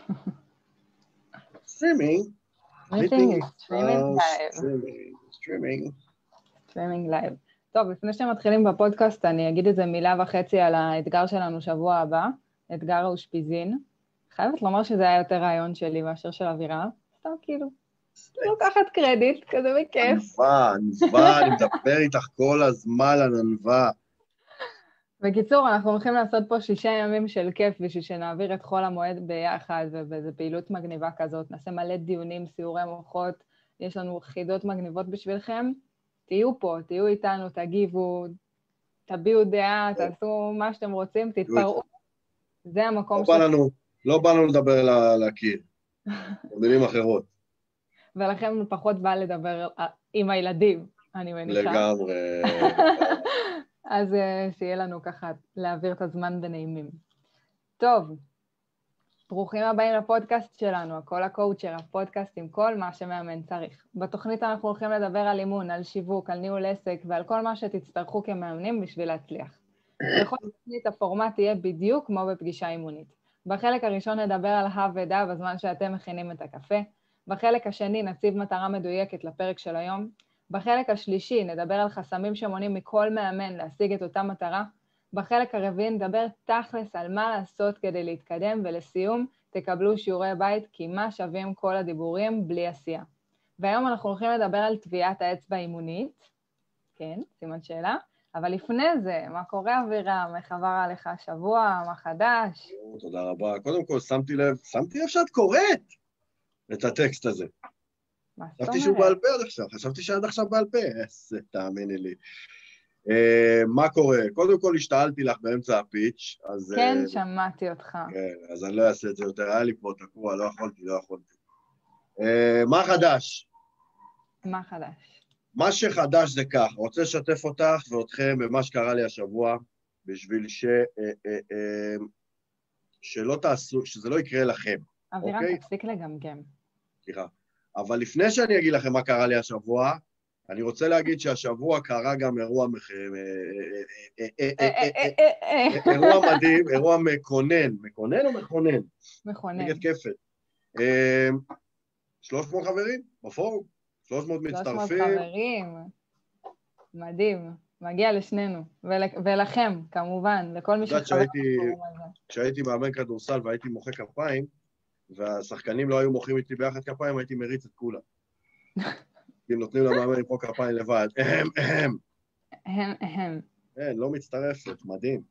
Streaming. Meeting is streaming live. Streaming live. טוב, לפני שמתחילים בפודקאסט, אני אגיד איזה מילה וחצי על האתגר שלנו שבוע הבא, אתגר האושפיזין. חייבת לומר שזה היה יותר רעיון שלי מאשר של אווירה. סתם כאילו, לוקחת קרדיט, כזה בכיף. ענווה, אני מדבר איתך כל הזמן על ענווה. בקיצור, אנחנו הולכים לעשות פה 6 ימים של כיף בשביל שנעביר את חול המועד ביחד, ובאיזו פעילות מגניבה כזאת. נעשה מלא דיונים, סיורי מוחות, יש לנו חידות מגניבות בשבילכם. תהיו פה, תהיו איתנו, תגיבו, תביעו דעה, תעשו מה שאתם רוצים, תתפרעו. זה המקום לא באנו לדבר לקיר, במילים אחרות. ולכם פחות בא לדבר עם הילדים, אני מניחה. לגמרי. אז שיהיה לנו ככה להעביר את הזמן בנעימים. טוב, ברוכים הבאים לפודקאסט שלנו, הכל הקואוצ'ר, הפודקאסט עם כל מה שמאמן צריך. בתוכנית אנחנו הולכים לדבר על אימון, על שיווק, על ניהול עסק ועל כל מה שתצטרכו כמאמנים בשביל להצליח. בכל תוכנית הפורמט יהיה בדיוק כמו בפגישה אימונית. בחלק הראשון נדבר על הב ודע בזמן שאתם מכינים את הקפה. בחלק השני נציב מטרה מדויקת לפרק של היום. בחלק השלישי נדבר על חסמים שמונים מכל מאמן להשיג את אותה מטרה. בחלק הרביעי נדבר תכלס על מה לעשות כדי להתקדם, ולסיום תקבלו שיעורי בית, כי מה שווים כל הדיבורים בלי עשייה. והיום אנחנו הולכים לדבר על טביעת האצבע האימונית. כן, סימן שאלה. אבל לפני זה, מה קורה אבירם? איך עבר עליך השבוע? מה חדש? תודה רבה. קודם כל, שמתי לב שאת קוראת את הטקסט הזה. חשבתי שהוא בעל פה עד עכשיו, חשבתי שעד עכשיו בעל פה. תאמיני לי. מה קורה? קודם כל השתעלתי לך באמצע הפיץ', אז... כן, שמעתי אותך. כן, אז אני לא אעשה את זה יותר, היה לי פה תקוע, לא יכולתי. מה חדש? מה חדש? מה שחדש זה כך, רוצה לשתף אותך ואתכם במה שקרה לי השבוע, בשביל שלא תעשו, שזה לא יקרה לכם. אבירם, תפסיק לגמגם. סליחה. אבל לפני שאני אגיד לכם מה קרה לי השבוע, אני רוצה להגיד שהשבוע קרה גם אירוע מדהים, אירוע מקונן. מקונן או מכונן? מכונן. נגד כפת. 300 חברים בפורום, 300 מצטרפים. 300 חברים, מדהים, מגיע לשנינו, ולכם כמובן, לכל מי שחבר בפורום הזה. כשהייתי מאמן כדורסל והייתי מוחא כפיים, והשחקנים לא היו מוחאים איתי ביחד כפיים, הייתי מריץ את כולם. כי נותנים למאמן למחוא כפיים לבד. כן, לא מצטרפת, מדהים.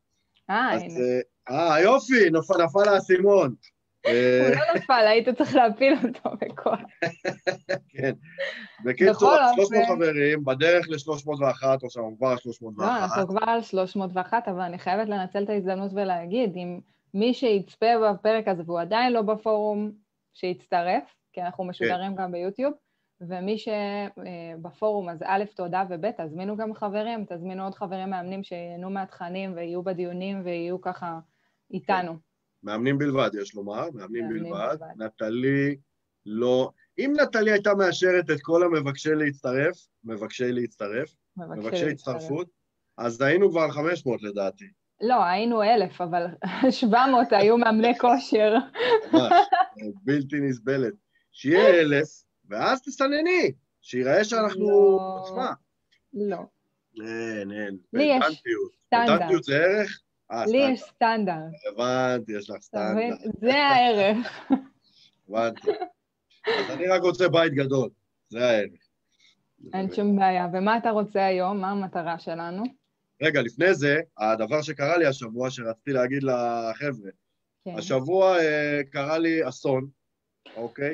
יופי, נפל האסימון. הוא לא נפל, היית צריך להפיל אותו בכוח. כן. בקיצור, 300 חברים, בדרך ל-301, או שאנחנו כבר על 301. לא, אנחנו כבר על 301, אבל אני חייבת לנצל את ההזדמנות ולהגיד, אם מי שיצפה בפרק הזה, והוא עדיין לא בפורום, שיצטרף, כי אנחנו משודרים גם ביוטיוב, ומי שבפורום, אז א', תודה, וב', תזמינו גם חברים, תזמינו עוד חברים מאמנים שיהנו מהתכנים, ויהיו בדיונים, ויהיו ככה איתנו. מאמנים בלבד, יש לומר, מאמנים בלבד. נטלי לא... אם נטלי הייתה מאשרת את כל מבקשי הצטרפות, אז היינו כבר על 500 לדעתי. לא, היינו 1,000, אבל 700 היו מאמני כושר. ממש, בלתי נסבלת. שיהיה 1,000, ואז תסתנני, שיראה שאנחנו עוצמה. לא. אין. לי יש סטנדרט. בדנטיות זה ערך? לי יש סטנדרט. הבנתי, יש לך סטנדרט. זה הערך. הבנתי. אז אני רק רוצה בית גדול, זה הערך. אין שום בעיה. ומה אתה רוצה היום? מה המטרה שלנו? רגע, לפני זה, הדבר שקרה לי השבוע, שרציתי להגיד לחבר'ה, השבוע קרה לי אסון, אוקיי?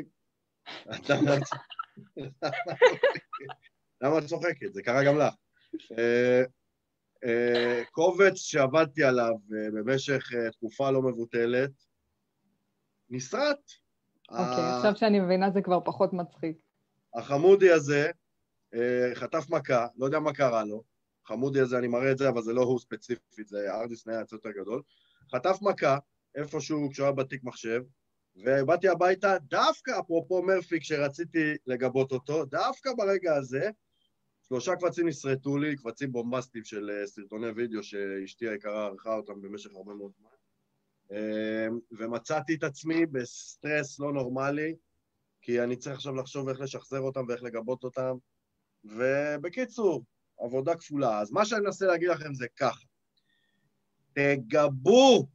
למה את צוחקת? זה קרה גם לך. קובץ שעבדתי עליו במשך תקופה לא מבוטלת, נשרט. אוקיי, עכשיו שאני מבינה זה כבר פחות מצחיק. החמודי הזה חטף מכה, לא יודע מה קרה לו, חמודי הזה, אני מראה את זה, אבל זה לא הוא ספציפית, זה ארדיס נהיה יותר גדול, חטף מכה, איפשהו כשהוא היה בתיק מחשב, ובאתי הביתה, דווקא, אפרופו מרפי, כשרציתי לגבות אותו, דווקא ברגע הזה, 3 קבצים נשרטו לי, קבצים בומבסטיים של סרטוני וידאו, שאשתי היקרה ערכה אותם במשך הרבה מאוד זמן. ומצאתי את עצמי בסטרס לא נורמלי, כי אני צריך עכשיו לחשוב איך לשחזר אותם ואיך לגבות אותם, ובקיצור, עבודה כפולה. אז מה שאני מנסה להגיד לכם זה ככה, תגבו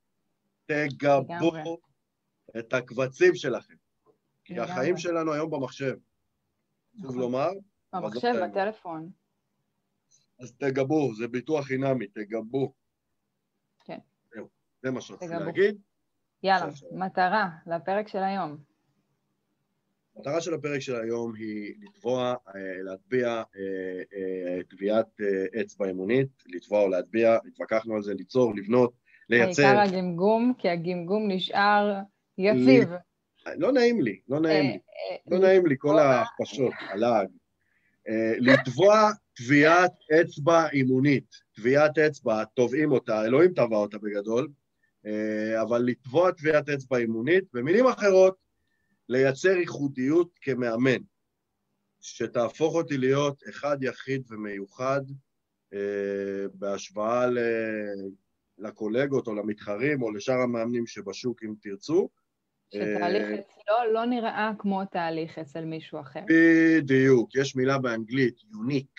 את הקבצים שלכם, כי החיים שלנו היום במחשב. חשוב לומר. במחשב, בטלפון. אז תגבו, זה ביטוח חינמי, תגבו. כן. זהו, זה מה שרציתי להגיד. יאללה, מטרה לפרק של היום. המטרה של הפרק של היום היא להטביע טביעת אצבע אימונית, לטבוע או להטביע, התווכחנו על זה, ליצור, לבנות, לייצר. העיקר הגמגום, כי הגמגום נשאר יציב. לא נעים לי, לא נעים לי כל ההכפשות, הלעג. לטבוע טביעת אצבע אימונית, טביעת אצבע, תובעים אותה, אלוהים טבע אותה בגדול, אבל לטבוע טביעת אצבע אימונית, במילים אחרות, לייצר ייחודיות כמאמן, שתהפוך אותי להיות אחד יחיד ומיוחד, בהשוואה לקולגות או למתחרים או לשאר המאמנים שבשוק אם תרצו. שתהליך אצלו לא נראה כמו תהליך אצל מישהו אחר. בדיוק, יש מילה באנגלית, יוניק.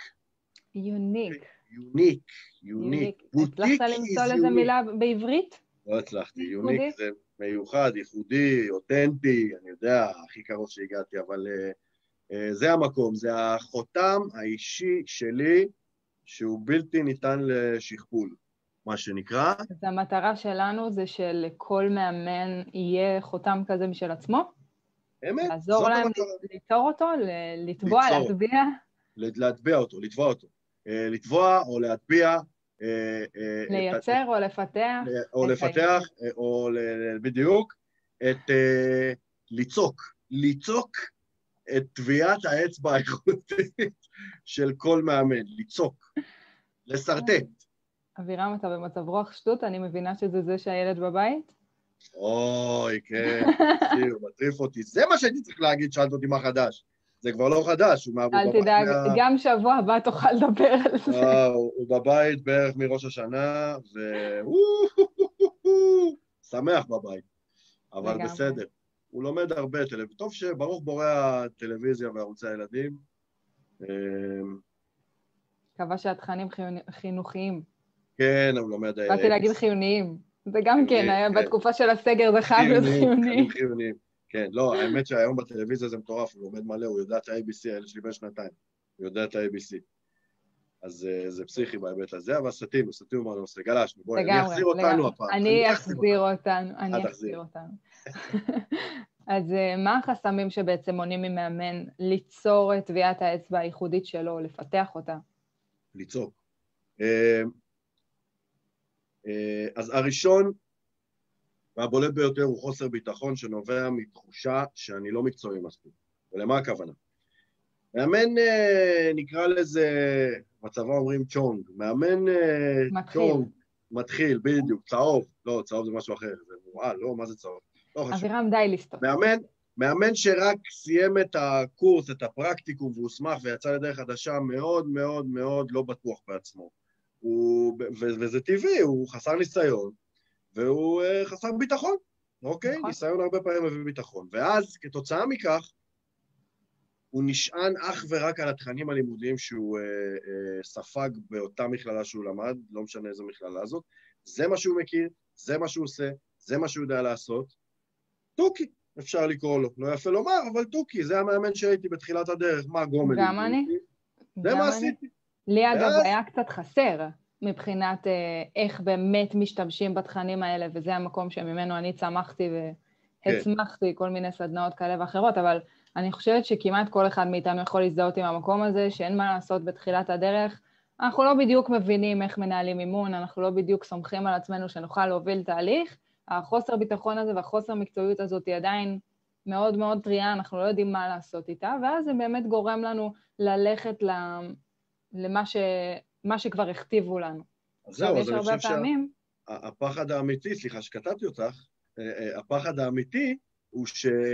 יוניק. הצלחת למצוא לזה מילה בעברית? לא הצלחתי, יוניק זה מיוחד, ייחודי, אותנטי, אני יודע, הכי קרוב שהגעתי, אבל זה המקום, זה החותם האישי שלי, שהוא בלתי ניתן לשכפול, מה שנקרא. אז המטרה שלנו זה שלכל מאמן יהיה חותם כזה משל עצמו? אמת, לעזור להם ליצור אותו, לטבוע, להטביע? להטביע אותו, לטבוע אותו. לטבוע או להטביע. לייצר או לפתח. או לפתח, או בדיוק, ליצוק את טביעת האצבע האיכותית של כל מאמן, ליצוק, לסרטט. אבירם, אתה במצב רוח שטות, אני מבינה שזה זה שהילד בבית? אוי, כן, הוא מטריף אותי. זה מה שהייתי צריך להגיד, שאלת אותי מה חדש. זה כבר לא חדש, הוא בבית. אל תדאג, גם שבוע הבא תוכל לדבר על זה. הוא בבית בערך מראש השנה, שמח בבית, אבל בסדר. הוא לומד הרבה, טוב שברוך בורא הטלוויזיה וערוצי הילדים. מקווה שהתכנים חינוכיים. כן, הוא לומד... באתי להגיד חיוניים. זה גם כן, היה בתקופה של הסגר זה חייב להיות חיוניים. כן, לא, האמת שהיום בטלוויזיה זה מטורף, הוא לומד מלא, הוא יודע את ה-ABC, הילד שלי בן שנתיים, הוא יודע את ה-ABC. אז זה פסיכי בהיבט הזה, אבל סתינו מה נושא, גלשנו, בואי, אני אחזיר אותנו הפעם. אני אחזיר אותנו. אז מה החסמים שבעצם מונעים ממאמן ליצור את טביעת האצבע הייחודית שלו, לפתח אותה? ליצור. אז הראשון, והבולט ביותר הוא חוסר ביטחון שנובע מתחושה שאני לא מקצועי מספיק. ולמה הכוונה? מאמן נקרא לזה, בצבא אומרים צ'ונג, מאמן צ'ונג, מתחיל, בדיוק, צהוב, לא, צהוב זה משהו אחר, זה מועל, לא, מה זה צהוב? לא חשוב. אבירם די לסתות. מאמן שרק סיים את הקורס, את הפרקטיקום, והוא שמח ויצא לדרך חדשה מאוד מאוד מאוד לא בטוח בעצמו. וזה טבעי, הוא חסר ניסיון, והוא חסר ביטחון, אוקיי? ניסיון הרבה פעמים מביא ביטחון. ואז, כתוצאה מכך, הוא נשען אך ורק על התכנים הלימודיים שהוא ספג באותה מכללה שהוא למד, לא משנה איזו מכללה זאת. זה מה שהוא מכיר, זה מה שהוא עושה, זה מה שהוא יודע לעשות. טוקי, אפשר לקרוא לו. לא יפה לומר, אבל טוקי, זה המאמן שהייתי בתחילת הדרך. מה גומל? גם אני. זה מה עשיתי. לי אגב היה קצת חסר. מבחינת איך באמת משתמשים בתכנים האלה, וזה המקום שממנו אני צמחתי והצמחתי כל מיני סדנאות כאלה ואחרות, אבל אני חושבת שכמעט כל אחד מאיתנו יכול להזדהות עם המקום הזה, שאין מה לעשות בתחילת הדרך. אנחנו לא בדיוק מבינים איך מנהלים אימון, אנחנו לא בדיוק סומכים על עצמנו שנוכל להוביל תהליך. החוסר ביטחון הזה והחוסר מקצועיות הזאת היא עדיין מאוד מאוד טריה, אנחנו לא יודעים מה לעשות איתה, ואז זה באמת גורם לנו ללכת מה שכבר הכתיבו לנו. אז זהו, אז אני חושב שהפחד האמיתי, סליחה שכתבתי אותך, הפחד האמיתי הוא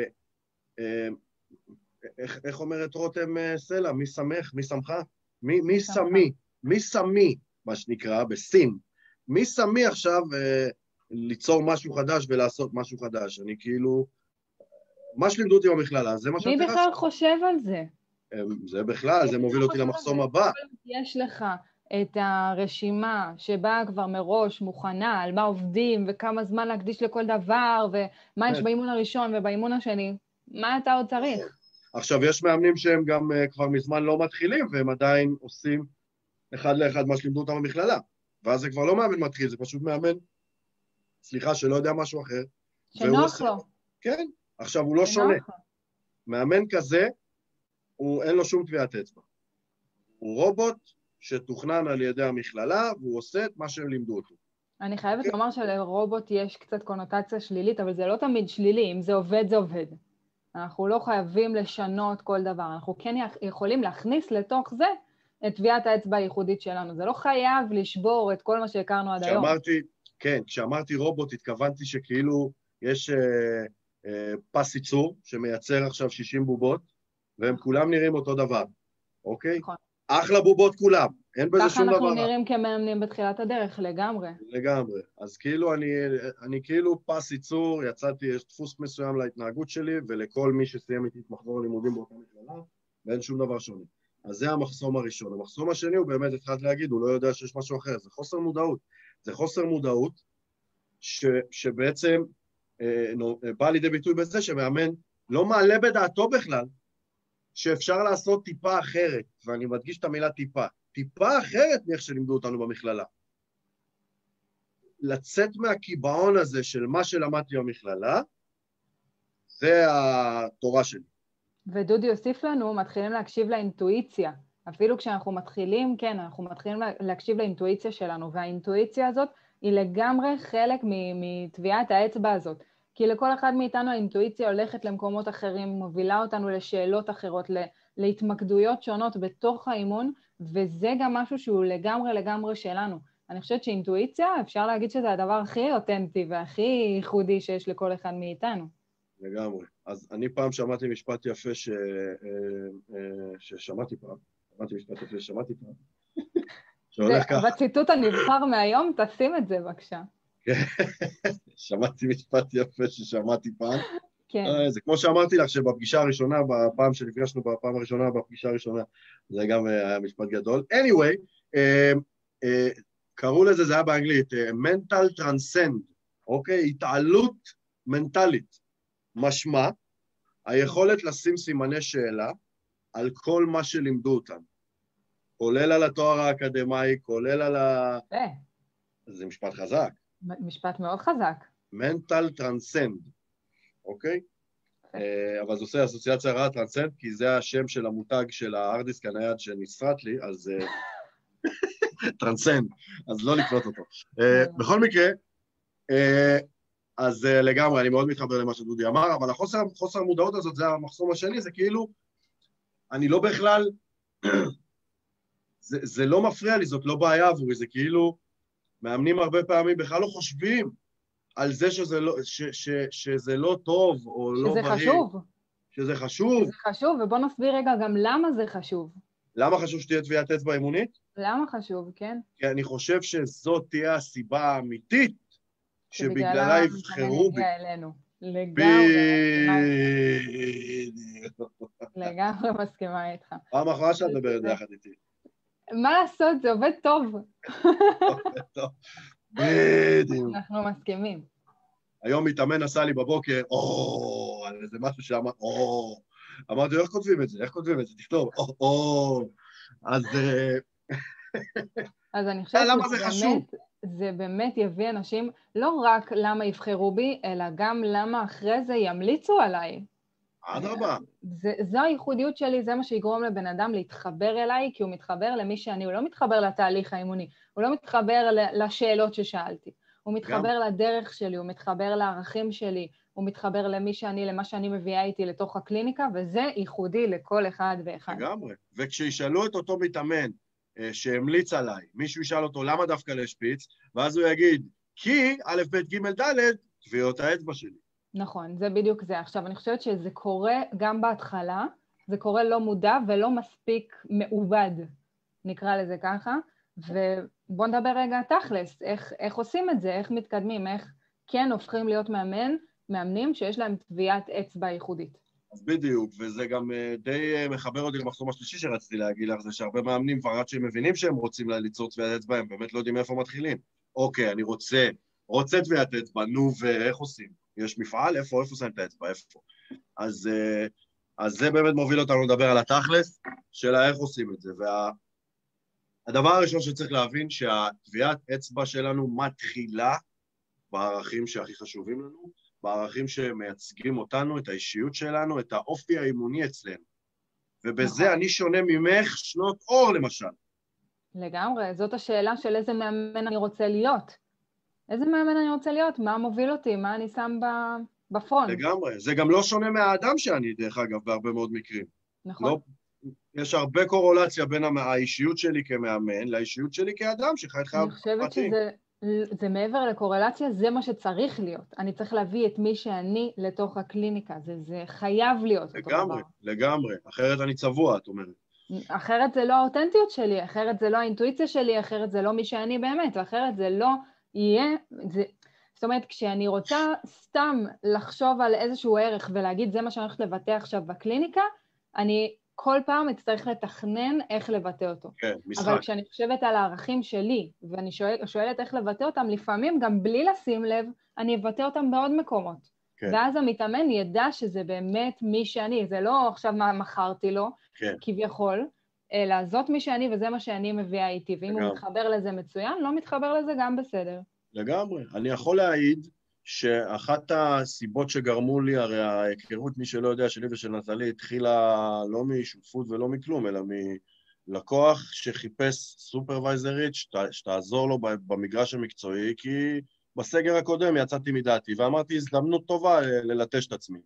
איך אומרת רותם סלע, מי שמח, מי שמחה? מי שמי, מה שנקרא, בסין. מי שמי עכשיו ליצור משהו חדש ולעשות משהו חדש. אני כאילו, מה שלימדו אותי במכללה, זה מה מי שאני בכלל חושב על זה? זה בכלל, זה מוביל אותי למחסום הבא. יש לך את הרשימה שבה כבר מראש מוכנה על מה עובדים וכמה זמן להקדיש לכל דבר ומה יש באימון הראשון ובאימון השני, מה אתה עוד צריך? עכשיו, יש מאמנים שהם גם כבר מזמן לא מתחילים והם עדיין עושים אחד לאחד מה שלימדו אותם במכללה. ואז זה כבר לא מאמן מתחיל, זה פשוט מאמן, סליחה, שלא יודע משהו אחר. שנוח לו. כן, עכשיו הוא לא שונה. מאמן כזה, אין לו שום טביעת אצבע. הוא רובוט שתוכנן על ידי המכללה, והוא עושה את מה שהם לימדו אותו. אני חייבת לומר שלרובוט יש קצת קונוטציה שלילית, אבל זה לא תמיד שלילי, אם זה עובד, זה עובד. אנחנו לא חייבים לשנות כל דבר, אנחנו כן יכולים להכניס לתוך זה את טביעת האצבע הייחודית שלנו. זה לא חייב לשבור את כל מה שהכרנו עד היום. כשאמרתי רובוט, התכוונתי שכאילו יש פס ייצור שמייצר עכשיו 60 בובות, והם כולם נראים אותו דבר, אוקיי? נכון. אחלה בובות כולם, אין בזה שום דבר. ככה אנחנו נראים כמאמנים בתחילת הדרך, לגמרי. לגמרי. אז כאילו אני כאילו פס ייצור, יצאתי, יש דפוס מסוים להתנהגות שלי, ולכל מי שסיים איתי את מחזור הלימודים באותה מכללה, ואין שום דבר שונה. אז זה המחסום הראשון. המחסום השני הוא באמת התחלת להגיד, הוא לא יודע שיש משהו אחר, זה חוסר מודעות. זה חוסר מודעות שבעצם בא לידי ביטוי בזה שמאמן לא מעלה בדעתו בכלל שאפשר לעשות טיפה אחרת, ואני מדגיש את המילה טיפה, טיפה אחרת מאיך שלימדו אותנו במכללה. לצאת מהקיבעון הזה של מה שלמדתי במכללה, זה התורה שלי. ודודי יוסיף לנו, מתחילים להקשיב לאינטואיציה. אפילו כשאנחנו מתחילים, כן, אנחנו מתחילים להקשיב לאינטואיציה שלנו, והאינטואיציה הזאת היא לגמרי חלק מטביעת האצבע הזאת. כי לכל אחד מאיתנו האינטואיציה הולכת למקומות אחרים, מובילה אותנו לשאלות אחרות, להתמקדויות שונות בתוך האימון, וזה גם משהו שהוא לגמרי שלנו. אני חושבת שאינטואיציה, אפשר להגיד שזה הדבר הכי אותנטי והכי ייחודי שיש לכל אחד מאיתנו. לגמרי. אז אני פעם שמעתי משפט יפה ששמעתי פעם. שהולך ככה. בציטוט הנבחר מהיום, תשים את זה בבקשה. שמעתי משפט יפה ששמעתי פעם. כן. זה כמו שאמרתי לך שבפגישה הראשונה, בפעם שנפגשנו בפעם הראשונה, בפגישה הראשונה, זה גם היה משפט גדול. anyway, קראו לזה, זה היה באנגלית, mental transcend, אוקיי? התעלות מנטלית. משמע, היכולת לשים סימני שאלה על כל מה שלימדו אותם. כולל על התואר האקדמי, כולל על זה משפט חזק. משפט מאוד חזק. mental transcend, אוקיי? אבל זה עושה אסוציאציה רעה, טרנסנד, כי זה השם של המותג של הארדיסק הנייד שנסרט לי, אז טרנסנד, אז לא לקנות אותו. בכל מקרה, אז לגמרי, אני מאוד מתחבר למה שדודי אמר, אבל החוסר המודעות הזאת, זה המחסום השני, זה כאילו, אני לא בכלל, זה לא מפריע לי, זאת לא בעיה עבורי, זה כאילו, מאמנים הרבה פעמים בכלל לא חושבים על זה שזה לא טוב או לא בריא. שזה חשוב. שזה חשוב. שזה חשוב, ובוא נסביר רגע גם למה זה חשוב. למה חשוב שתהיה טביעת אצבע אימונית? למה חשוב, כן? כי אני חושב שזאת תהיה הסיבה האמיתית שבגללה יבחרו בי. לגמרי מסכימה איתך. פעם אחרונה שאת מדברת ביחד איתי. מה לעשות, זה עובד טוב. בדיוק. אנחנו מסכימים. היום מתאמן עשה לי בבוקר, על איזה משהו שאמר, אמרתי, איך כותבים את זה? תכתוב, אז אני חושבת שזה באמת יביא אנשים, לא רק למה יבחרו בי, אלא גם למה אחרי זה ימליצו עליי. אדרבה. זו הייחודיות שלי, זה מה שיגרום לבן אדם להתחבר אליי, כי הוא מתחבר למי שאני, הוא לא מתחבר לתהליך האימוני, הוא לא מתחבר לשאלות ששאלתי, הוא מתחבר לדרך שלי, הוא מתחבר לערכים שלי, הוא מתחבר למי שאני, למה שאני מביאה איתי לתוך הקליניקה, וזה ייחודי לכל אחד ואחד. לגמרי. וכשישאלו את אותו מתאמן שהמליץ עליי, מישהו ישאל אותו למה דווקא להשפיץ, ואז הוא יגיד, כי א', ב', ג', ד', טביעות האצבע שלי. נכון, זה בדיוק זה. עכשיו, אני חושבת שזה קורה גם בהתחלה, זה קורה לא מודע ולא מספיק מעובד, נקרא לזה ככה, ובוא נדבר רגע תכלס, איך עושים את זה, איך מתקדמים, כן הופכים להיות מאמנים שיש להם טביעת אצבע ייחודית. אז בדיוק, וזה גם די מחבר אותי למחסום השלישי שרציתי להגיד לך, זה שהרבה מאמנים כבר עד שהם מבינים שהם רוצים ליצור טביעת אצבע, הם באמת לא יודעים איפה מתחילים. אוקיי, אני רוצה טביעת אצבע, נו, ואיך עושים? יש מפעל? איפה שמים את האצבע? איפה? אז זה באמת מוביל אותנו לדבר על התכלס, של איך עושים את זה. והדבר הראשון שצריך להבין, שהטביעת אצבע שלנו מתחילה בערכים שהכי חשובים לנו, בערכים שמייצגים אותנו, את האישיות שלנו, את האופי האימוני אצלנו. ובזה אני שונה ממך שנות אור, למשל. לגמרי, זאת השאלה של איזה מאמן אני רוצה להיות. איזה מאמן אני רוצה להיות? מה מוביל אותי? מה אני שם בפרונט? לגמרי, זה גם לא שונה מהאדם שאני, דרך אגב, בהרבה מאוד מקרים. נכון. לא, יש הרבה קורולציה בין האישיות שלי כמאמן לאישיות שלי כאדם שחי את חייו. אני חושבת שזה מעבר לקורלציה, זה מה שצריך להיות. אני צריך להביא את מי שאני לתוך הקליניקה, זה חייב להיות אותו דבר. לגמרי, אחרת אני צבוע, את אומרת. אחרת זה לא האותנטיות שלי, אחרת זה לא האינטואיציה שלי, אחרת זה לא מי שאני באמת, ואחרת זה לא יהיה, זאת אומרת, כשאני רוצה סתם לחשוב על איזשהו ערך ולהגיד זה מה שאני הולכת לבטא עכשיו בקליניקה, אני כל פעם אצטרך לתכנן איך לבטא אותו. כן, משחק. אבל כשאני חושבת על הערכים שלי, ואני שואלת איך לבטא אותם, לפעמים גם בלי לשים לב, אני אבטא אותם בעוד מקומות. כן. ואז המתאמן ידע שזה באמת מי שאני, זה לא עכשיו מה מכרתי לו, כן. כביכול, אלא זאת מי שאני וזה מה שאני מביאה איתי, ואם הוא מתחבר לזה מצוין, לא מתחבר לזה גם בסדר. לגמרי. אני יכול להעיד שאחת הסיבות שגרמו לי, הרי ההיכרות, מי שלא יודע, שלי ושל נטלי, התחילה לא משותפות ולא מכלום, אלא מלקוח שחיפש סופרוויזרית, שתעזור לו במגרש המקצועי, כי בסגר הקודם יצאתי מדעתי, ואמרתי, הזדמנות טובה ללטש את עצמי,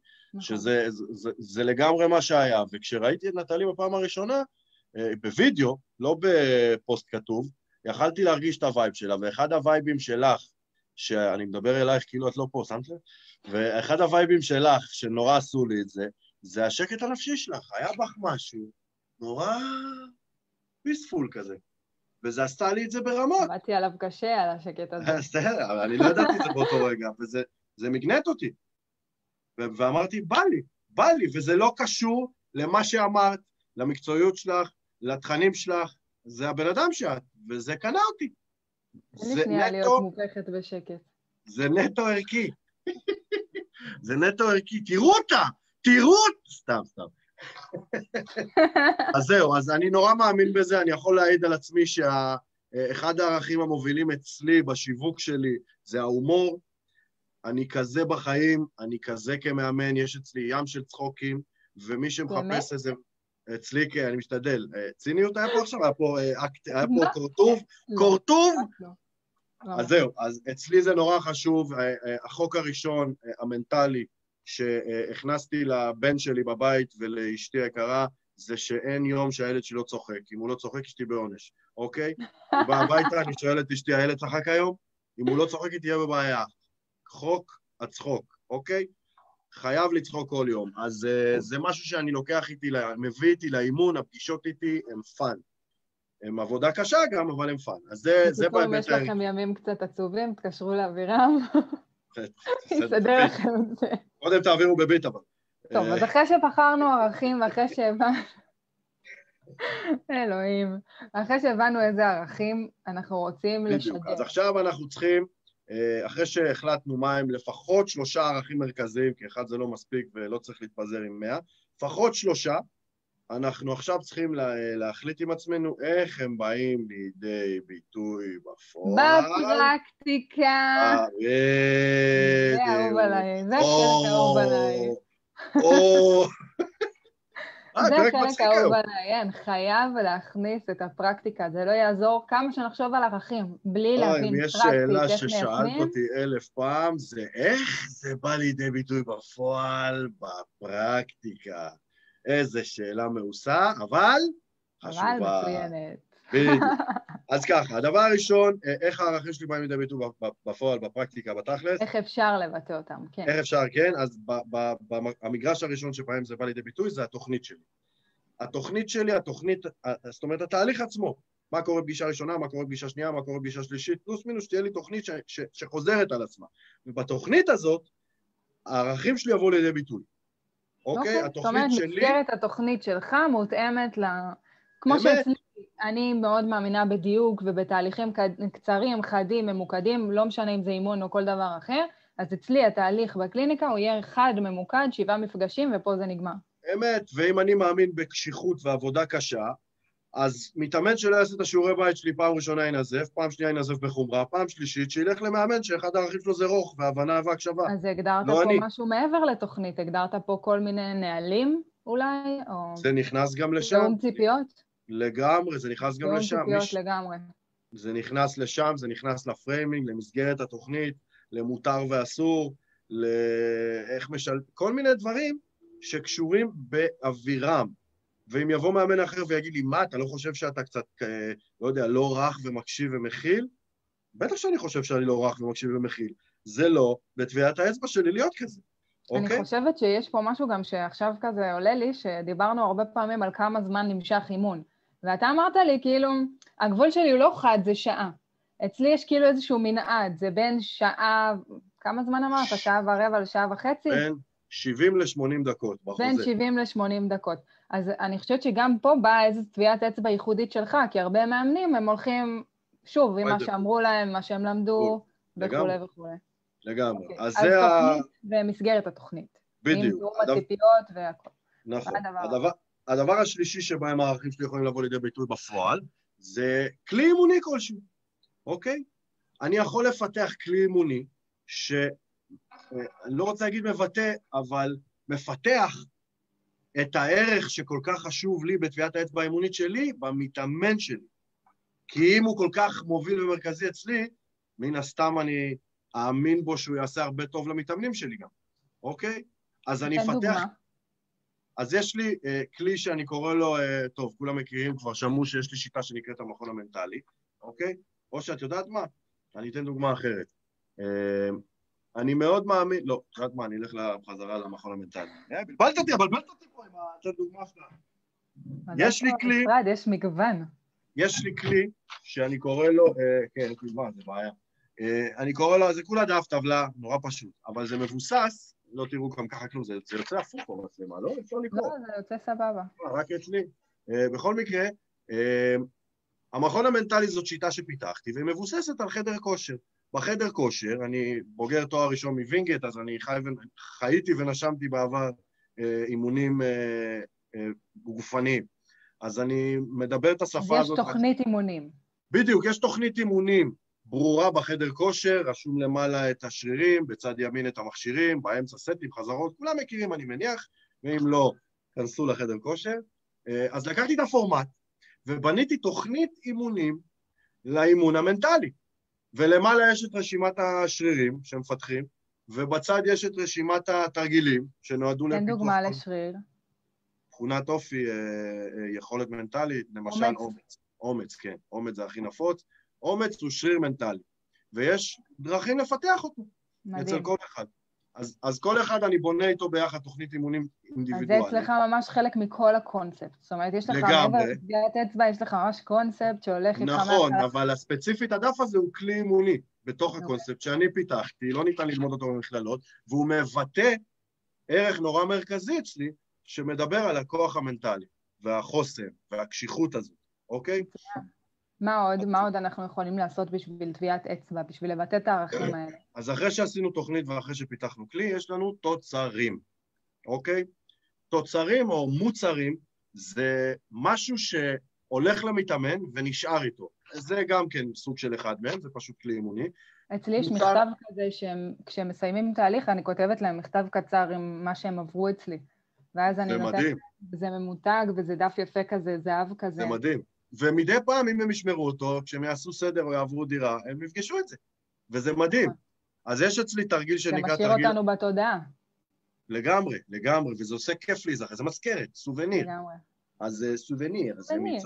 שזה לגמרי מה שהיה, וכשראיתי את נטלי בפעם הראשונה, בווידאו, לא בפוסט כתוב, יכלתי להרגיש את הווייב שלה, ואחד הווייבים שלך, שאני מדבר אלייך כאילו את לא פה, שמת לב? ואחד הווייבים שלך, שנורא עשו לי את זה, זה השקט הנפשי שלך, היה בך משהו נורא פיספול כזה, וזה עשתה לי את זה ברמות. עמדתי עליו קשה על השקט הזה. בסדר, אבל אני לא ידעתי את זה באותו רגע, וזה מגנט אותי. ואמרתי, בא לי, וזה לא קשור למה שאמרת, למקצועיות שלך, לתכנים שלך, זה הבן אדם שאת, וזה קנה אותי. אין לי שנייה להיות מופכת בשקט. זה נטו ערכי. זה נטו ערכי. תראו אותה! סתם. אז זהו, אז אני נורא מאמין בזה, אני יכול להעיד על עצמי שאחד הערכים המובילים אצלי בשיווק שלי זה ההומור. אני כזה בחיים, אני כזה כמאמן, יש אצלי ים של צחוקים, ומי שמחפש איזה... אצלי, כן, אני משתדל. ציניות היה פה עכשיו? היה פה קורטוב? אז זהו, אז אצלי זה נורא חשוב, החוק הראשון, המנטלי, שהכנסתי לבן שלי בבית ולאשתי היקרה, זה שאין יום שהילד שלי לא צוחק. אם הוא לא צוחק, אשתי בעונש, אוקיי? הוא בא הביתה, אני שואל את אשתי, הילד צחק היום? אם הוא לא צוחק, היא תהיה בבעיה. חוק הצחוק, אוקיי? חייב לצחוק כל יום. אז זה משהו שאני לוקח איתי, מביא איתי לאימון, הפגישות איתי הם פאן. הם עבודה קשה גם, אבל הם פאן. אז זה באמת... יש לכם ימים קצת עצובים, תקשרו לאווירם. יסדר לכם את זה. קודם תעבירו בבית אבל. טוב, אז אחרי שפחרנו ערכים, ואחרי שהבנו... אלוהים. אחרי שהבנו איזה ערכים אנחנו רוצים לשדר. אז עכשיו אנחנו צריכים, אחרי שהחלטנו מה הם לפחות 3 ערכים מרכזיים, כי אחד זה לא מספיק ולא צריך להתפזר עם 100, לפחות 3, אנחנו עכשיו צריכים להחליט עם עצמנו איך הם באים לידי ביטוי בפועל. בפרקטיקה. זה אהוב עליי, זה חלק אהוב עליי. זה חלק אהוב עליי, חייב להכניס את הפרקטיקה, זה לא יעזור כמה שנחשוב על ערכים, בלי להבין פרקטית, איך מיישמים. אם יש שאלה ששאלת אותי 1000 פעם, זה איך זה בא לידי ביטוי בפועל, בפרקטיקה. איזה שאלה מעושה, אבל חשובה. אבל מצוינת. בדיוק. אז ככה, הדבר הראשון, איך הערכים שלי באים לידי ביטוי בפועל, בפרקטיקה, בתכלס? איך אפשר לבטא אותם, כן. איך אפשר, כן? אז המגרש הראשון שבהם זה בא לידי ביטוי, זה התוכנית שלי. התוכנית שלי, זאת אומרת, התהליך עצמו. מה קורה פגישה ראשונה, מה קורה פגישה שנייה, מה קורה פגישה שלישית, פלוס מינוס, שתהיה לי תוכנית שחוזרת על עצמה. ובתוכנית הזאת, הערכים שלי יבואו לידי ביטוי. אוקיי? זאת אומרת, מסגרת התוכנית שלך מותאמת כמו שאצלי, אני מאוד מאמינה בדיוק ובתהליכים קצרים, חדים, ממוקדים, לא משנה אם זה אימון או כל דבר אחר, אז אצלי התהליך בקליניקה הוא יהיה אחד ממוקד, 7 מפגשים, ופה זה נגמר. אמת, ואם אני מאמין בקשיחות ועבודה קשה, אז מתאמן שלא יעשה את השיעורי בית שלי, פעם ראשונה ינזף, פעם שנייה ינזף בחומרה, פעם שלישית שילך למאמן שאחד הערכים שלו זה רוך והבנה והקשבה. אז הגדרת פה משהו מעבר לתוכנית, הגדרת פה כל מיני נהלים אולי, או... זה נכנס גם לשם. תאום ציפיות? לגמרי, זה נכנס גם לשם. תאום ציפיות לגמרי. זה נכנס לשם, זה נכנס לפריימינג, למסגרת התוכנית, למותר ואסור, לאיך כל מיני דברים שקשורים באווירם. ואם יבוא מאמן אחר ויגיד לי, מה, אתה לא חושב שאתה קצת, לא יודע, לא רך ומקשיב ומכיל? בטח שאני חושב שאני לא רך ומקשיב ומכיל. זה לא בטביעת האצבע שלי להיות כזה. אני חושבת שיש פה משהו גם שעכשיו כזה עולה לי, שדיברנו הרבה פעמים על כמה זמן נמשך אימון. ואתה אמרת לי, כאילו, הגבול שלי הוא לא חד, זה שעה. אצלי יש כאילו איזשהו מנעד, זה בין שעה, כמה זמן אמרת? שעה ורבע לשעה וחצי? בין 70 ל-80 דקות בחוזה. בין 70 ל-80 דקות. אז אני חושבת שגם פה באה איזו טביעת אצבע ייחודית שלך, כי הרבה מאמנים הם הולכים, שוב, עם מה שאמרו להם, מה שהם למדו, וכו' וכו'. לגמרי. אז תוכנית ומסגרת התוכנית. בדיוק. עם תאום הציפיות והכל. נכון. הדבר השלישי שבהם הערכים שלי יכולים לבוא לידי ביטוי בפועל, זה כלי אימוני כלשהו, אוקיי? אני יכול לפתח כלי אימוני אני לא רוצה להגיד מבטא, אבל מפתח את הערך שכל כך חשוב לי בטביעת האצבע האימונית שלי, במתאמן שלי. כי אם הוא כל כך מוביל ומרכזי אצלי, מן הסתם אני אאמין בו שהוא יעשה הרבה טוב למתאמנים שלי גם, אוקיי? אז אני אפתח... דוגמה. אז יש לי כלי שאני קורא לו, טוב, כולם מכירים, כבר שמעו שיש לי שיטה שנקראת המכון המנטלי, אוקיי? או שאת יודעת מה? אני אתן דוגמה אחרת. אני מאוד מאמין, לא, תחילת מה, אני אלך לחזרה למכון המנטלי. בלבלת אותי פה עם הדוגמה שלה. יש לי כלי... יש מגוון. יש לי כלי שאני קורא לו, כן, מגוון, זה בעיה. אני קורא לו, זה כולה דף טבלה, נורא פשוט, אבל זה מבוסס, לא תראו גם ככה כלום, זה יוצא הפוך פה מצלמה, לא? אפשר לקרוא. לא, זה יוצא סבבה. רק אצלי. בכל מקרה, המכון המנטלי זאת שיטה שפיתחתי, והיא מבוססת על חדר כושר. בחדר כושר, אני בוגר תואר ראשון מווינגייט, אז אני חייתי ונשמתי בעבר אימונים גופניים. אז אני מדבר את השפה הזאת. יש תוכנית אימונים. בדיוק, יש תוכנית אימונים ברורה בחדר כושר, רשום למעלה את השרירים, בצד ימין את המכשירים, באמצע סטים, חזרות, כולם מכירים אני מניח, ואם לא, כנסו לחדר כושר. אז לקחתי את הפורמט, ובניתי תוכנית אימונים לאימון המנטלי. ולמעלה יש את רשימת השרירים שמפתחים, ובצד יש את רשימת התרגילים שנועדו לפיתוח. תן דוגמה לשריר. תכונת אופי, יכולת מנטלית, למשל אומץ. אומץ, כן. אומץ זה הכי נפוץ. אומץ הוא שריר מנטלי, ויש דרכים לפתח אותו. מדהים. אצל כל אחד. אז כל אחד אני בונה איתו ביחד תוכנית אימונים אינדיבידואלית. אז זה אצלך ממש חלק מכל הקונספט. זאת אומרת, יש לך מעבר לטביעת אצבע, יש לך ממש קונספט שהולך איתך... נכון, אבל הספציפית הדף הזה הוא כלי אימוני בתוך הקונספט שאני פיתחתי, לא ניתן ללמוד אותו במכללות, והוא מבטא ערך נורא מרכזי אצלי, שמדבר על הכוח המנטלי, והחוסן, והקשיחות הזאת, אוקיי? מה עוד אנחנו יכולים לעשות בשביל טביעת אצבע, בשביל לבטא את הערכים האלה? אז אחרי שעשינו תוכנית ואחרי שפיתחנו כלי, יש לנו תוצרים, אוקיי? תוצרים או מוצרים זה משהו שהולך למתאמן ונשאר איתו. זה גם כן סוג של אחד מהם, זה פשוט כלי אימוני. אצלי יש מכתב כזה שכשהם מסיימים תהליך, אני כותבת להם מכתב קצר עם מה שהם עברו אצלי. ואז אני נותנת, זה ממותג וזה דף יפה כזה, זהב כזה. זה מדהים. ומדי פעם, אם הם ישמרו אותו, כשהם יעשו סדר או יעברו דירה, הם יפגשו את זה. וזה מדהים. אז יש אצלי תרגיל שנקרא תרגיל... זה משאיר אותנו בתודעה. לגמרי, לגמרי, וזה עושה כיף לי, זה מזכרת, סובניר. לגמרי. אז סובניר.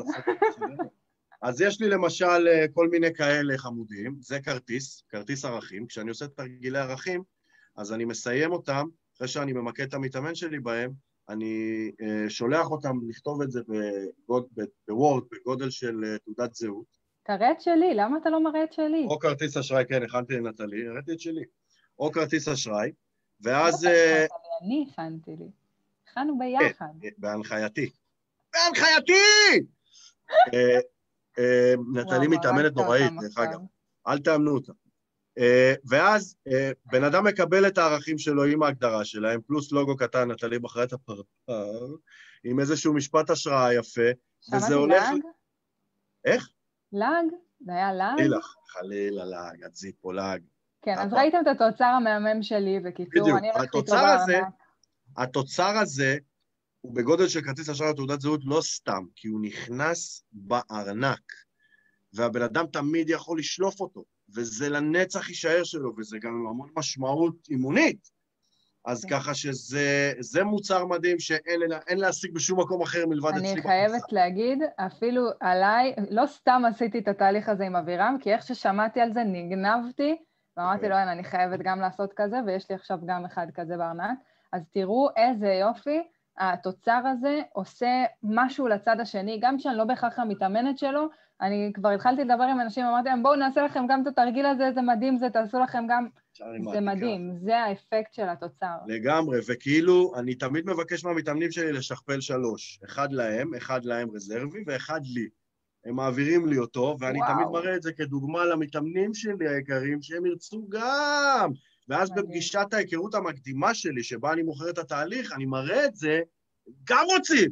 אז יש לי למשל כל מיני כאלה חמודים, זה כרטיס ערכים. כשאני עושה תרגילי ערכים, אז אני מסיים אותם, אחרי שאני ממקד את המתאמן שלי בהם, אני שולח אותם לכתוב את זה בוורד, בגודל של תעודת זהות. תראה את שלי, למה אתה לא מראה את שלי? או כרטיס אשראי, כן, הכנתי לנטלי, הראיתי את שלי. או כרטיס אשראי, ואז... אני הכנתי לי. הכנו ביחד. בהנחייתי. בהנחייתי! נטלי מתאמנת נוראית, דרך אגב. אל תאמנו אותה. ואז בן אדם מקבל את הערכים שלו עם ההגדרה שלהם, פלוס לוגו קטן, נטלי בחרה את הפרפר, עם איזשהו משפט השראה יפה, וזה הולך... שמעתי לאג? איך? לאג? זה היה לאג? חלילה לאג, את זיפו לאג. כן, אז ראיתם את התוצר המהמם שלי, בקיצור, אני הולכת איתו בארנק. התוצר הזה הוא בגודל של כרטיס אשראי ותעודת זהות לא סתם, כי הוא נכנס בארנק, והבן אדם תמיד יכול לשלוף אותו, וזה לנצח יישאר שלו, וזה גם המון משמעות אימונית. אז ככה שזה מוצר מדהים שאין להשיג בשום מקום אחר מלבד אצלי. אני חייבת להגיד, אפילו עליי, לא סתם עשיתי את התהליך הזה עם אבירם, כי איך ששמעתי על זה נגנבתי, ואמרתי לו, אני חייבת גם לעשות כזה, ויש לי עכשיו גם אחד כזה בארנק. אז תראו איזה יופי, התוצר הזה עושה משהו לצד השני, גם כשאני לא בהכרח המתאמנת שלו, אני כבר התחלתי לדבר עם אנשים, אמרתי להם, בואו נעשה לכם גם את התרגיל הזה, זה מדהים, זה תעשו לכם גם, זה מדהים, זה האפקט של התוצר. לגמרי, וכאילו, אני תמיד מבקש מהמתאמנים שלי לשכפל 3, אחד להם רזרבי, ואחד לי. הם מעבירים לי אותו, ואני תמיד מראה את זה כדוגמה למתאמנים שלי היקרים, שהם ירצו גם. ואז בפגישת ההיכרות המקדימה שלי, שבה אני מוכר את התהליך, אני מראה את זה, גם רוצים.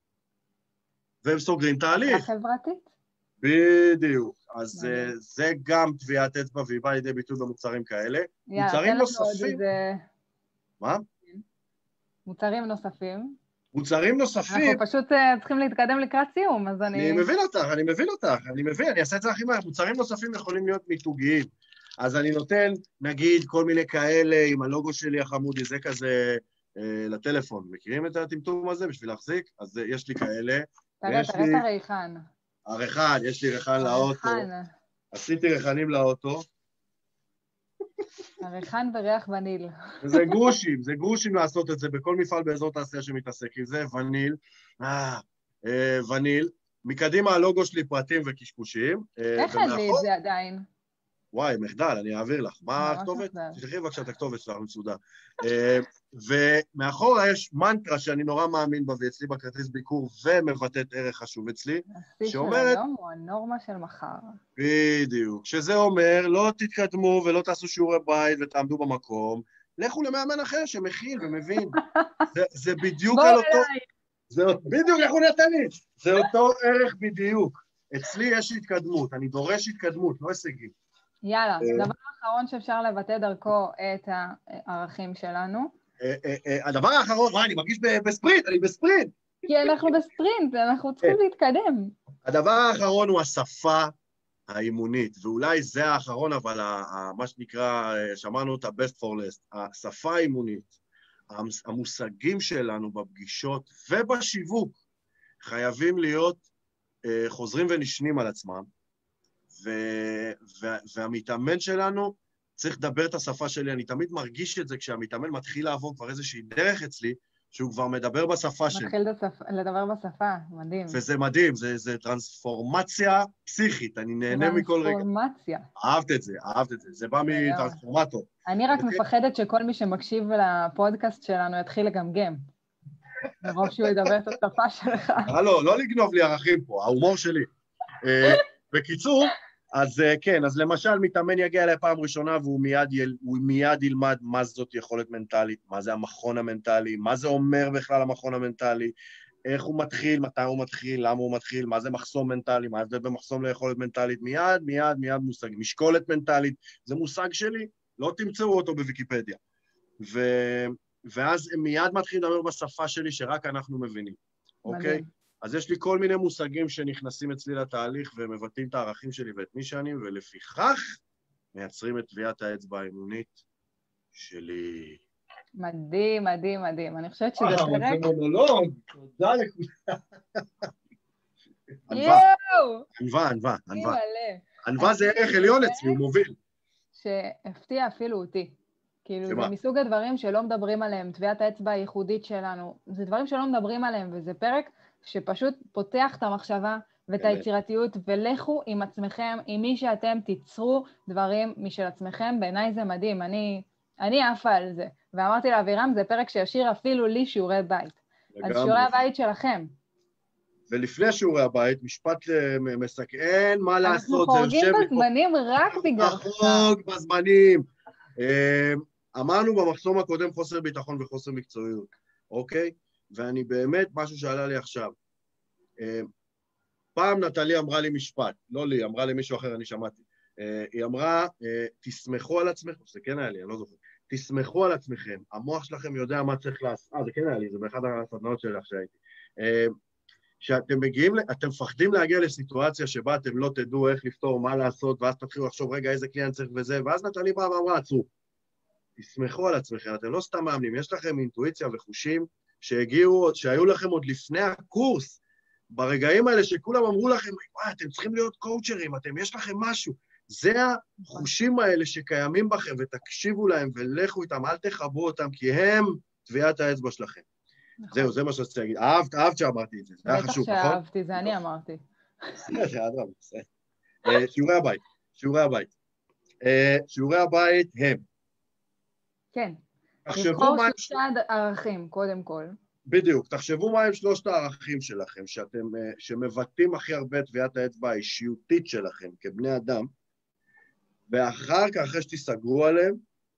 והם סוגרים תהליך. החברתית? בדיוק. אז זה גם טביעת אצבע, והיא באה לידי ביטוי במוצרים כאלה. מוצרים נוספים. מה? מוצרים נוספים. מוצרים נוספים... אנחנו פשוט צריכים להתקדם לקראת סיום, אז אני מבין אותך, אני אעשה את זה הכי מהר. מוצרים נוספים יכולים להיות מיתוגיים. אז אני נותן, נגיד, כל מיני כאלה עם הלוגו שלי החמודי, זה כזה לטלפון. מכירים את הטמטום הזה בשביל להחזיק? אז יש לי כאלה. תראה את הריחן. הריחן, יש לי ריחן לאוטו. עשיתי ריחנים לאוטו. הריחן וריח וניל. זה גרושים לעשות את זה בכל מפעל באזור תעשייה שמתעסק עם זה, וניל. וניל. מקדימה הלוגו שלי פרטים וקשקושים. איך אין לי את זה עדיין? וואי, מחדל, אני אעביר לך. מה הכתובת? תשלחי בבקשה את הכתובת שלך מסודר. ומאחורה יש מנטרה שאני נורא מאמין בה, ואצלי בכרטיס ביקור, ומבטאת ערך חשוב אצלי, שאומרת... השיא של היום הוא הנורמה של מחר. בדיוק. שזה אומר, לא תתקדמו ולא תעשו שיעורי בית ותעמדו במקום, לכו למאמן אחר שמכיל ומבין. זה בדיוק על אותו... בדיוק, לכו נתני. זה אותו ערך בדיוק. אצלי יש התקדמות, אני דורש התקדמות, לא הישגים. יאללה, דבר האחרון שאפשר לבטא דרכו את הערכים שלנו. הדבר האחרון, אני מרגיש בספרינט, אני בספרינט. כי אנחנו בספרינט, אנחנו צריכים להתקדם. הדבר האחרון הוא השפה האימונית, ואולי זה האחרון, אבל מה שנקרא, שמענו את ה-best for last, השפה האימונית, המושגים שלנו בפגישות ובשיווק, חייבים להיות חוזרים ונשנים על עצמם, והמתאמן שלנו צריך לדבר את השפה שלי. אני תמיד מרגיש את זה כשהמתאמן מתחיל לעבור כבר איזושהי דרך אצלי, שהוא כבר מדבר בשפה שלי. מתחיל לדבר בשפה, מדהים. וזה מדהים, זה טרנספורמציה פסיכית, אני נהנה מכל רגע. טרנספורמציה. אהבת את זה, זה בא מטרנספורמטור. אני רק מפחדת שכל מי שמקשיב לפודקאסט שלנו יתחיל לגמגם. מרוב שהוא ידבר את השפה שלך. לא לגנוב לי ערכים פה, ההומור שלי. בקיצור, אז כן, אז למשל מתאמן יגיע אליי פעם ראשונה והוא מיד ילמד מה זאת יכולת מנטלית, מה זה המכון המנטלי, מה זה אומר בכלל המכון המנטלי, איך הוא מתחיל, מתי הוא מתחיל, למה הוא מתחיל, מה זה מחסום מנטלי, מה ההבדל במחסום ליכולת מנטלית, מיד מושג, משקולת מנטלית, זה מושג שלי, לא תמצאו אותו בוויקיפדיה. ואז הם מיד מתחילים לדבר בשפה שלי שרק אנחנו מבינים, אוקיי? אז יש לי כל מיני מושגים שנכנסים אצלי לתהליך ומבטאים את הערכים שלי ואת מי שאני, ולפיכך מייצרים את טביעת האצבע האימונית שלי. מדהים, מדהים, מדהים. אני חושבת שזה פרק... זה מונולוג, תודה לכולם. ענווה. ענווה זה ערך עליון אצלי, הוא מוביל. שהפתיע אפילו אותי. כאילו, זה מסוג הדברים שלא מדברים עליהם, טביעת האצבע הייחודית שלנו, זה דברים שלא מדברים עליהם, וזה פרק שפשוט פותח את המחשבה ואת היצירתיות, ולכו עם עצמכם, עם מי שאתם תיצרו דברים משל עצמכם, בעיניי זה מדהים, אני עפה על זה, ואמרתי לאבירם, זה פרק שישאיר אפילו לי שיעורי בית. אז שיעורי הבית שלכם. ולפני שיעורי הבית, משפט מסכם, אין מה לעשות, אנחנו חורגים בזמנים רק בגלל חוג בזמנים. אמרנו במחסום הקודם חוסר ביטחון וחוסר מקצועיות, אוקיי? ואני באמת, משהו שעלה לי עכשיו. פעם נטלי אמרה לי משפט, לא לי, אמרה למישהו אחר, אני שמעתי. היא אמרה, תסמכו על עצמכם, זה כן היה לי, אני לא זוכר. תסמכו על עצמכם, המוח שלכם יודע מה צריך לעשות. זה כן היה לי, זה באחד הסדנאות שלי שהייתי. שאתם מגיעים, אתם מפחדים להגיע לסיטואציה שבה אתם לא תדעו איך לפתור, מה לעשות, ואז תתחילו לחשוב, רגע, איזה קליינט צריך וזה, ואז נטלי באה ואמרה, עצרו. תסמכו על עצמכם, אתם לא סתם מאמנים, יש לכם אינטואיציה וחושים שהיו לכם עוד לפני הקורס, ברגעים האלה שכולם אמרו לכם, וואי, אתם צריכים להיות קואוצ'רים, יש לכם משהו. זה החושים האלה שקיימים בכם, ותקשיבו להם ולכו איתם, אל תחברו אותם, כי הם טביעת האצבע שלכם. זהו, זה מה שרציתי להגיד. אהבת שאמרתי את זה, זה היה חשוב, נכון? בטח שאהבתי, זה אני אמרתי. שיעורי הבית הם. כן. לבחור 3 ערכים, קודם כל. בדיוק, תחשבו מה הם 3 הערכים שלכם, שמבטאים הכי הרבה טביעת האצבע האישיותית שלכם כבני אדם, ואחר כך, אחרי שתסגרו עליהם,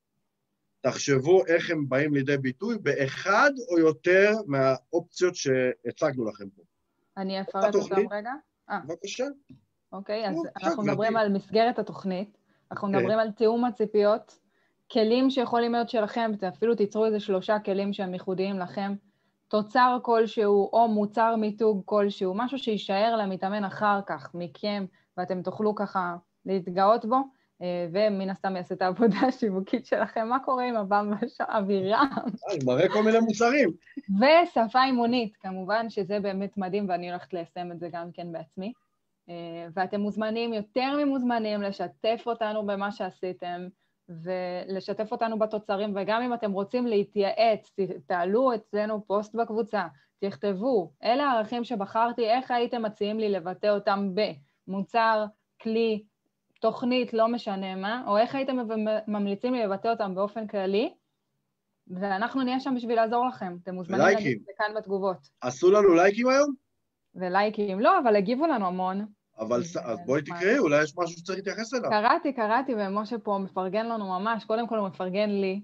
תחשבו איך הם באים לידי ביטוי באחד או יותר מהאופציות שהצגנו לכם פה. אני אפרט אותם רגע. בבקשה. אוקיי, אז אנחנו מדברים על מסגרת התוכנית, אנחנו מדברים על תיאום הציפיות, כלים שיכולים להיות שלכם, אפילו תיצרו איזה 3 כלים שהם ייחודיים לכם, תוצר כלשהו או מוצר מיתוג כלשהו, משהו שישאר למתאמן אחר כך מכם, ואתם תוכלו ככה להתגאות בו, ומן הסתם יעשה את העבודה השיווקית שלכם. מה קורה עם הבמבה אבירם? מראה כל מיני מוצרים. ושפה אימונית, כמובן שזה באמת מדהים, ואני הולכת ליישם את זה גם כן בעצמי. ואתם מוזמנים, יותר ממוזמנים, לשתף אותנו במה שעשיתם, ולשתף אותנו בתוצרים, וגם אם אתם רוצים להתייעץ, תעלו אצלנו פוסט בקבוצה, תכתבו, אלה הערכים שבחרתי, איך הייתם מציעים לי לבטא אותם במוצר, כלי, תוכנית, לא משנה מה, או איך הייתם ממליצים לי לבטא אותם באופן כללי, ואנחנו נהיה שם בשביל לעזור לכם. אתם מוזמנים להגיד את זה כאן בתגובות. עשו לנו לייקים היום? ולייקים, לא, אבל הגיבו לנו המון. אבל אז בואי תקראי, אולי יש משהו שצריך להתייחס אליו. קראתי, ומשה פה מפרגן לנו ממש, קודם כל הוא מפרגן לי,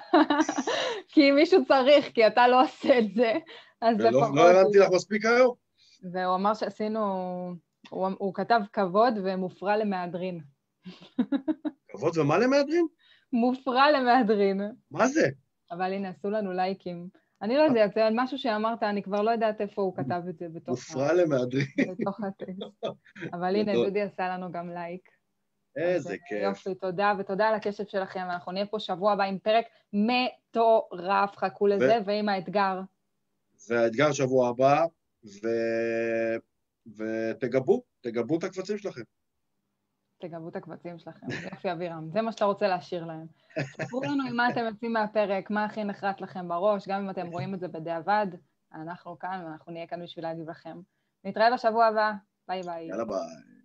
כי מישהו צריך, כי אתה לא עושה את זה, אז לפחות... לא הרמתי לך מספיק היום. והוא אמר שעשינו, הוא כתב כבוד ומופרע למהדרין. כבוד ומה למהדרין? מופרע למהדרין. מה זה? אבל הנה, עשו לנו לייקים. אני לא יודעת, זה משהו שאמרת, אני כבר לא יודעת איפה הוא כתב את זה בתוך... מופרע למהדרין. בתוך הטקסט. אבל הנה, דודי עשה לנו גם לייק. איזה כיף. יופי, תודה, ותודה על הקשב שלכם. אנחנו נהיה פה שבוע הבא עם פרק מטורף, חכו לזה, ועם האתגר. והאתגר שבוע הבא, ותגבו את הקבצים שלכם. תגבו את הקבצים שלכם, יופי אבירם, זה מה שאתה רוצה להשאיר להם. ספרו לנו עם מה אתם יוצאים מהפרק, מה הכי נחרט לכם בראש, גם אם אתם רואים את זה בדיעבד, אנחנו כאן ואנחנו נהיה כאן בשביל להגיב לכם. נתראה בשבוע הבא, ביי ביי. יאללה ביי.